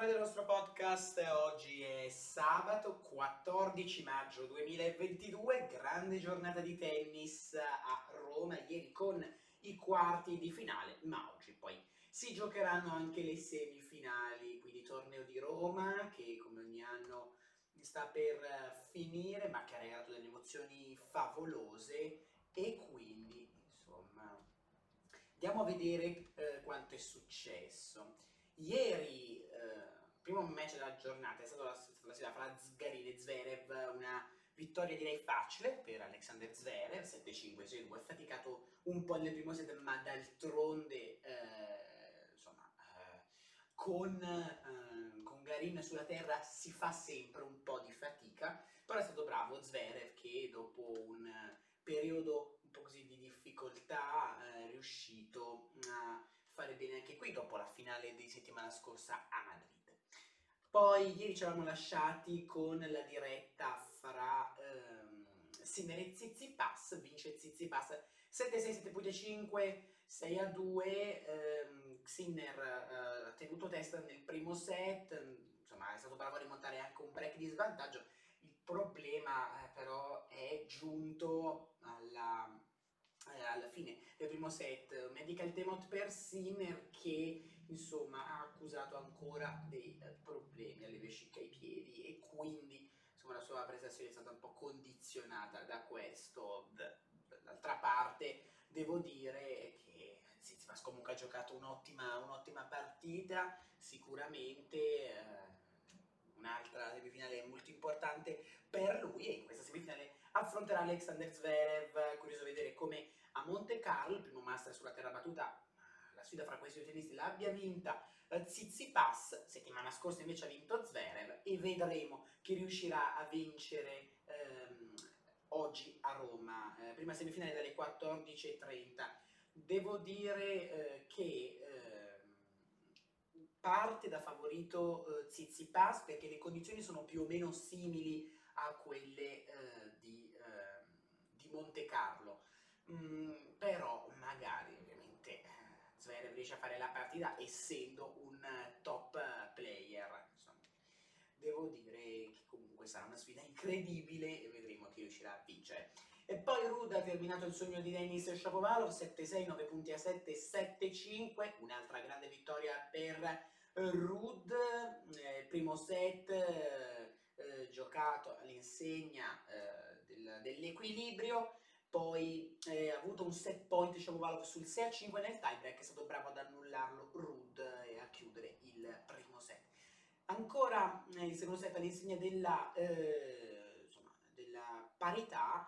ascoltatori del nostro podcast. Oggi è sabato 14 maggio 2022, grande giornata di tennis a Roma, ieri con i quarti di finale, ma oggi poi si giocheranno anche le semifinali, quindi torneo di Roma che come ogni anno sta per finire, ma che ha regalato delle emozioni favolose e quindi insomma andiamo a vedere quanto è successo. Ieri, primo match della giornata, è stata la sfida fra Zgarin e Zverev, una vittoria direi facile per Alexander Zverev, 7-5, 6-2, ha faticato un po' nel primo set, ma d'altronde, insomma, con Garin sulla terra si fa sempre un po' di fatica, però è stato bravo Zverev che dopo un periodo un po' così di difficoltà è riuscito a fare bene anche qui dopo la finale di settimana scorsa a Madrid. Poi ieri ci eravamo lasciati con la diretta fra Sinner e Tsitsipas, vince Tsitsipas 7-6, 7.5, 6-2, Sinner ha tenuto testa nel primo set, insomma è stato bravo a rimontare anche un break di svantaggio. Il problema però è giunto alla fine del primo set, medical timeout per Sinner che insomma ha accusato ancora dei problemi alle vesciche ai piedi e quindi insomma la sua prestazione è stata un po' condizionata da questo. Dall'altra parte devo dire che Tsitsipas comunque ha giocato un'ottima partita, sicuramente un'altra semifinale molto importante per lui, e in questa semifinale affronterà Alexander Zverev. Curioso vedere come a Monte Carlo, il primo master sulla terra battuta, la sfida fra questi due tennisti l'abbia vinta Tsitsipas, settimana scorsa invece ha vinto Zverev, e vedremo chi riuscirà a vincere oggi a Roma. Prima semifinale dalle 14:30. Devo dire che parte da favorito Tsitsipas perché le condizioni sono più o meno simili a quelle di Monte Carlo. Però magari ovviamente Zverev riesce a fare la partita essendo un top player, insomma. Devo dire che comunque sarà una sfida incredibile e vedremo chi riuscirà a vincere. E poi Ruud ha terminato il sogno di Denis Shapovalov, 7-6, 9 punti a 7, 7-5, un'altra grande vittoria per Ruud, primo set giocato all'insegna dell'equilibrio, poi ha avuto un set point Shapovalov sul 6-5 nel tiebreak, è stato bravo ad annullarlo Ruud e a chiudere il primo set. Ancora il secondo set all'insegna della parità,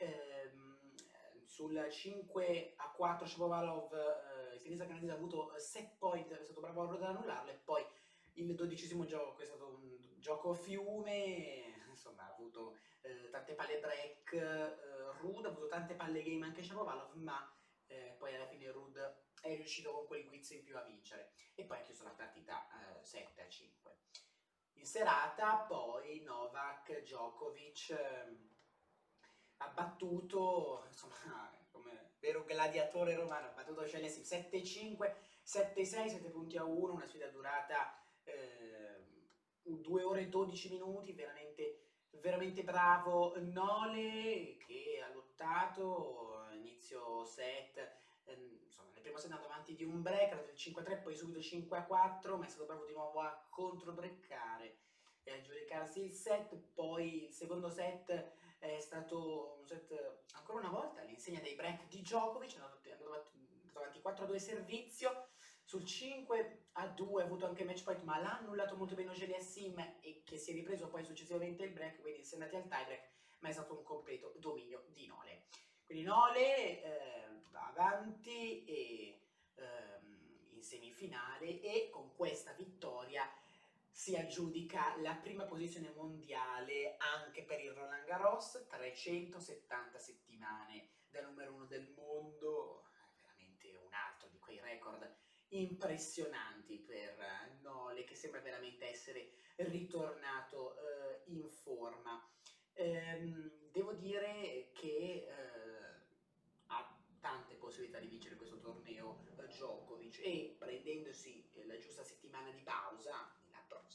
sul 5-4 Shapovalov, il tennista canadese ha avuto set point, è stato bravo ad annullarlo, e poi il 12° gioco è stato un gioco fiume, insomma ha avuto tante palle break, Ruud ha avuto tante palle game anche Shapovalov, ma poi alla fine Ruud è riuscito con quel guizzo in più a vincere e poi ha chiuso la partita 7-5. In serata poi Novak Djokovic ha battuto, insomma, come vero gladiatore romano, ha battuto Celesi 7-5, 7-6, 7 punti a 1, una sfida durata 2 ore e 12 minuti, veramente bravo Nole che ha lottato inizio set, insomma nel primo set è andato avanti di un break, ha dato il 5-3, poi subito 5-4, ma è stato bravo di nuovo a controbreccare e a giudicarsi il set. Poi il secondo set è stato un set ancora una volta all'insegna dei break di Djokovic, è andato avanti 4-2 servizio, sul 5-2 ha avuto anche match point, ma l'ha annullato molto bene Auger-Aliassime e che si è ripreso poi successivamente il break, quindi si è andati al tie-break, ma è stato un completo dominio di Nole. Quindi Nole va avanti in semifinale e con questa vittoria si aggiudica la prima posizione mondiale anche per il Roland Garros, 370 settimane da numero 1 del mondo, veramente un altro di quei record impressionanti per Nole, che sembra veramente essere ritornato in forma. Devo dire che ha tante possibilità di vincere questo torneo Djokovic, e prendendosi la giusta settimana di pausa, la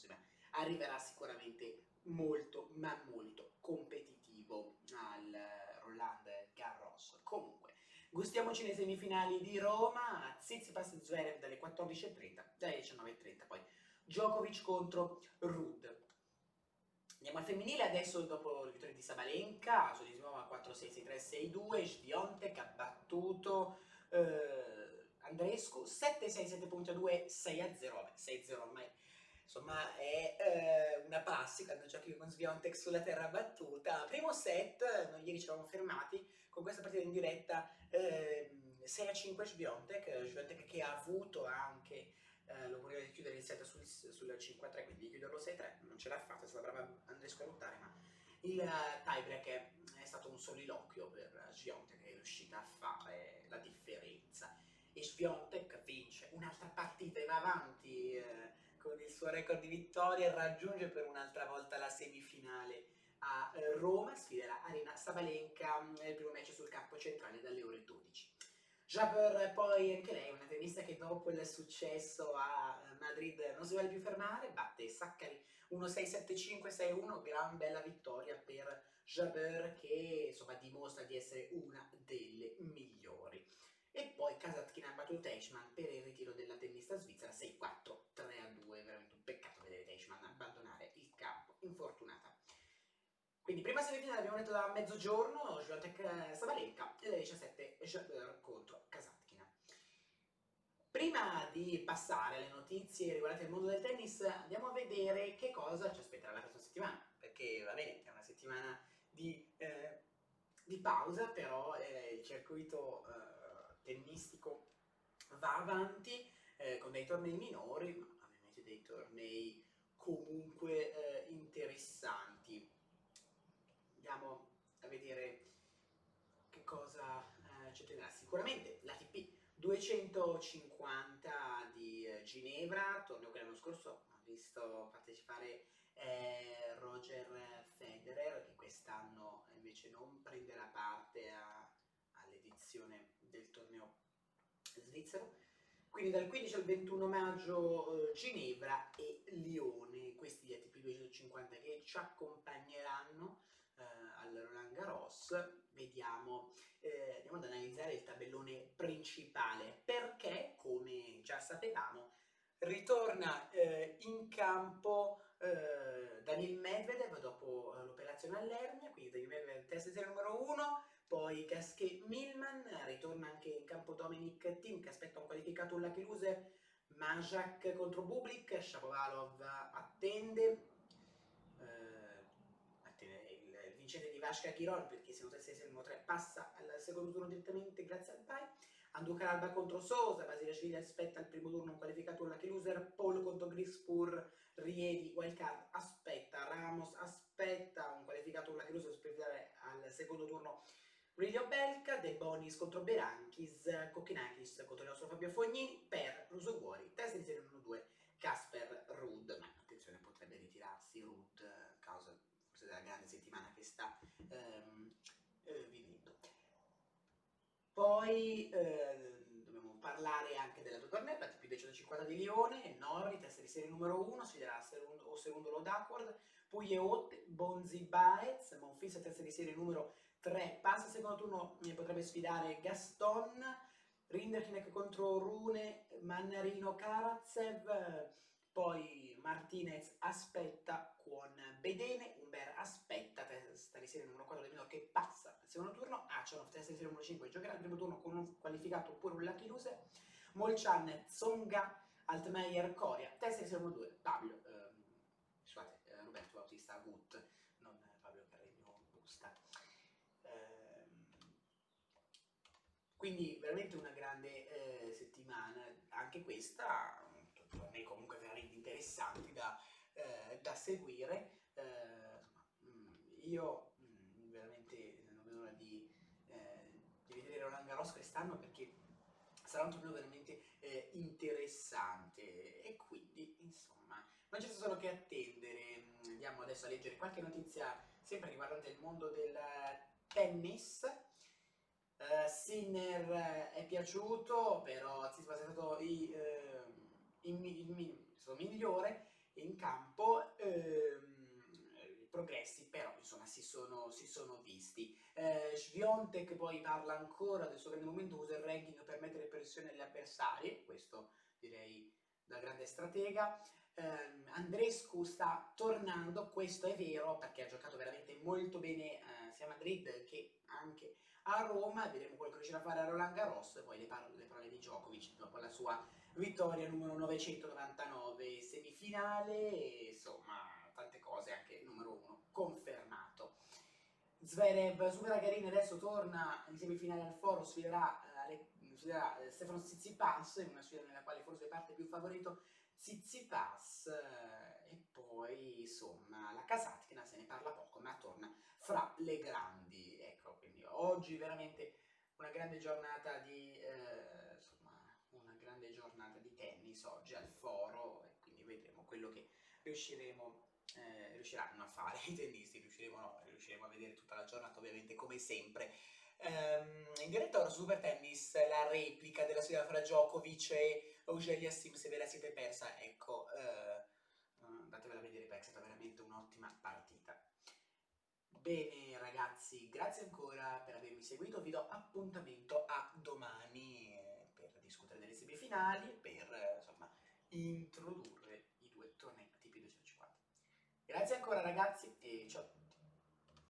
arriverà sicuramente molto, ma molto competitivo al Roland Garros. Comunque, gustiamoci le semifinali di Roma, Tsitsipas e Zverev dalle 14:30, dalle 19:30 poi Djokovic contro Ruud. Andiamo al femminile adesso, dopo le vittorie di Sabalenka, Solismova 4-6-6-3-6-2, Swiatek ha battuto Andreescu 7-6, 7.2, 6-0, vabbè 6-0 ormai insomma è una prassi quando giochi con Swiatek sulla terra battuta. Primo set, noi ieri ci eravamo fermati con questa partita in diretta, 6-5 Swiatek che ha avuto anche l'opportunità di chiudere il set sul 5-3, quindi di chiuderlo 6-3, non ce l'ha fatta, è stata brava Andreescu a lottare, ma il tiebreak è stato un soliloquio per Swiatek, che è riuscita a fare la differenza. E Swiatek vince un'altra partita e va avanti con il suo record di vittorie e raggiunge per un'altra volta la semifinale a Roma, sfiderà Arina Sabalenka nel primo match sul campo centrale dalle ore 12. Jabeur poi anche lei, una tennista che dopo il successo a Madrid non si vuole più fermare, batte Saccari 1-6-7-5-6-1, gran bella vittoria per Jabeur che insomma dimostra di essere una delle migliori. E poi Kasatkina ha battuto Teichmann per il ritiro della tennista svizzera 6-4, 3-2, veramente un peccato vedere Teichmann abbandonare il campo, infortunata. Quindi prima semifinale abbiamo detto da mezzogiorno, Swiatek Sabalenka e alle 17 Jabeur contro Kasatkina. Prima di passare alle notizie riguardanti il mondo del tennis, andiamo a vedere che cosa ci aspetterà la prossima settimana, perché va bene, è una settimana di pausa, però il circuito tennistico va avanti con dei tornei minori, ma ovviamente dei tornei comunque interessanti. Andiamo a vedere che cosa ci tenderà. Sicuramente l'ATP 250 di Ginevra, torneo che l'anno scorso ha visto partecipare Roger Federer, che quest'anno invece non prenderà parte all'edizione del torneo svizzero. Quindi dal 15 al 21 maggio Ginevra e Lione, questi gli ATP 250 che ci accompagneranno al Roland Garros. Vediamo, andiamo ad analizzare il tabellone principale, perché come già sapevamo ritorna in campo Daniil Medvedev dopo l'operazione all'ernia, quindi Daniil Medvedev test di serie numero 1, poi Gasquet Millman, ritorna anche in campo Dominic Thiem che aspetta un qualificato un lucky loser, Majak contro Bublik, Shapovalov attende il vincente di Vasca Chiron, perché se non testa il numero 3 passa al secondo turno direttamente grazie al bye. Andujar Alba contro Sosa, Basilashvili aspetta al primo turno un qualificato un lucky loser, Paul contro Grispur, Riedi wildcard aspetta, Ramos aspetta un qualificato un lucky loser per sfidare al secondo turno Radio Belka, De Bonis contro Berankis, Kokkinakis contro il nostro Fabio Fognini, per Rusuguori, testa di serie 1-2, Casper Ruud, ma attenzione potrebbe ritirarsi Ruud a causa forse della grande settimana che sta vivendo. Poi dobbiamo parlare anche della tua torneo, la TP 250 di Lione, Norri, testa di serie numero 1, sfiderà o secondo lo Duckworth, Pugliese, Bonzi Baez, Monfils, testa di serie numero 3, passa al secondo turno, potrebbe sfidare Gaston, Rinderknecht contro Rune, Mannarino Karatsev, poi Martinez aspetta con Bedene, Umber aspetta, testa di serie numero 4 del Minor che passa al secondo turno, Achanov, testa di serie numero 5, giocherà il primo turno con un qualificato oppure un lucky loser, Molchan, Tsonga, Altmaier, Coria, testa di serie numero 2, Pablo, scusate, Roberto Bautista Agut, non Pablo Carreño Busta. Quindi veramente una grande settimana, anche questa, tornei comunque veramente interessanti da seguire. Io veramente non vedo l'ora di vedere Roland Garros quest'anno, perché sarà un torneo veramente interessante e quindi insomma non c'è solo che attendere. Andiamo adesso a leggere qualche notizia sempre riguardante il mondo del tennis. Sinner è piaciuto, però Tsitsipas è stato il migliore, in campo. I progressi però insomma si sono visti. Swiatek poi parla ancora del suo grande momento, usa il ranking per mettere pressione agli avversari, questo direi da grande stratega. Andreescu sta tornando, questo è vero, perché ha giocato veramente molto bene sia a Madrid che anche a Roma. Vedremo quello che riuscirà a fare a Roland Garros. E poi le parole di Djokovic dopo la sua vittoria numero 999 semifinale, e, insomma tante cose, anche numero 1 confermato. Zverev supera Garin, adesso torna in semifinale al Foro, sfiderà Stefano Tsitsipas in una sfida nella quale forse parte più favorito Tsitsipas, e poi insomma la Kasatkina se ne parla poco, ma torna fra le grandi. Ecco, quindi oggi veramente una grande giornata di insomma una grande giornata di tennis oggi al Foro, e quindi vedremo quello che riusciranno a fare i tennisti. Riusciremo a vedere tutta la giornata, ovviamente, come sempre. In diretta ora su Super Tennis, la replica della sfida fra Djokovic e Auger Sim. Se ve la siete persa, ecco, andatevela a vedere perché è stata veramente un'ottima partita. Bene ragazzi, grazie ancora per avermi seguito, vi do appuntamento a domani per discutere delle semifinali, per insomma introdurre i due tornei ATP 250. Grazie ancora ragazzi e ciao!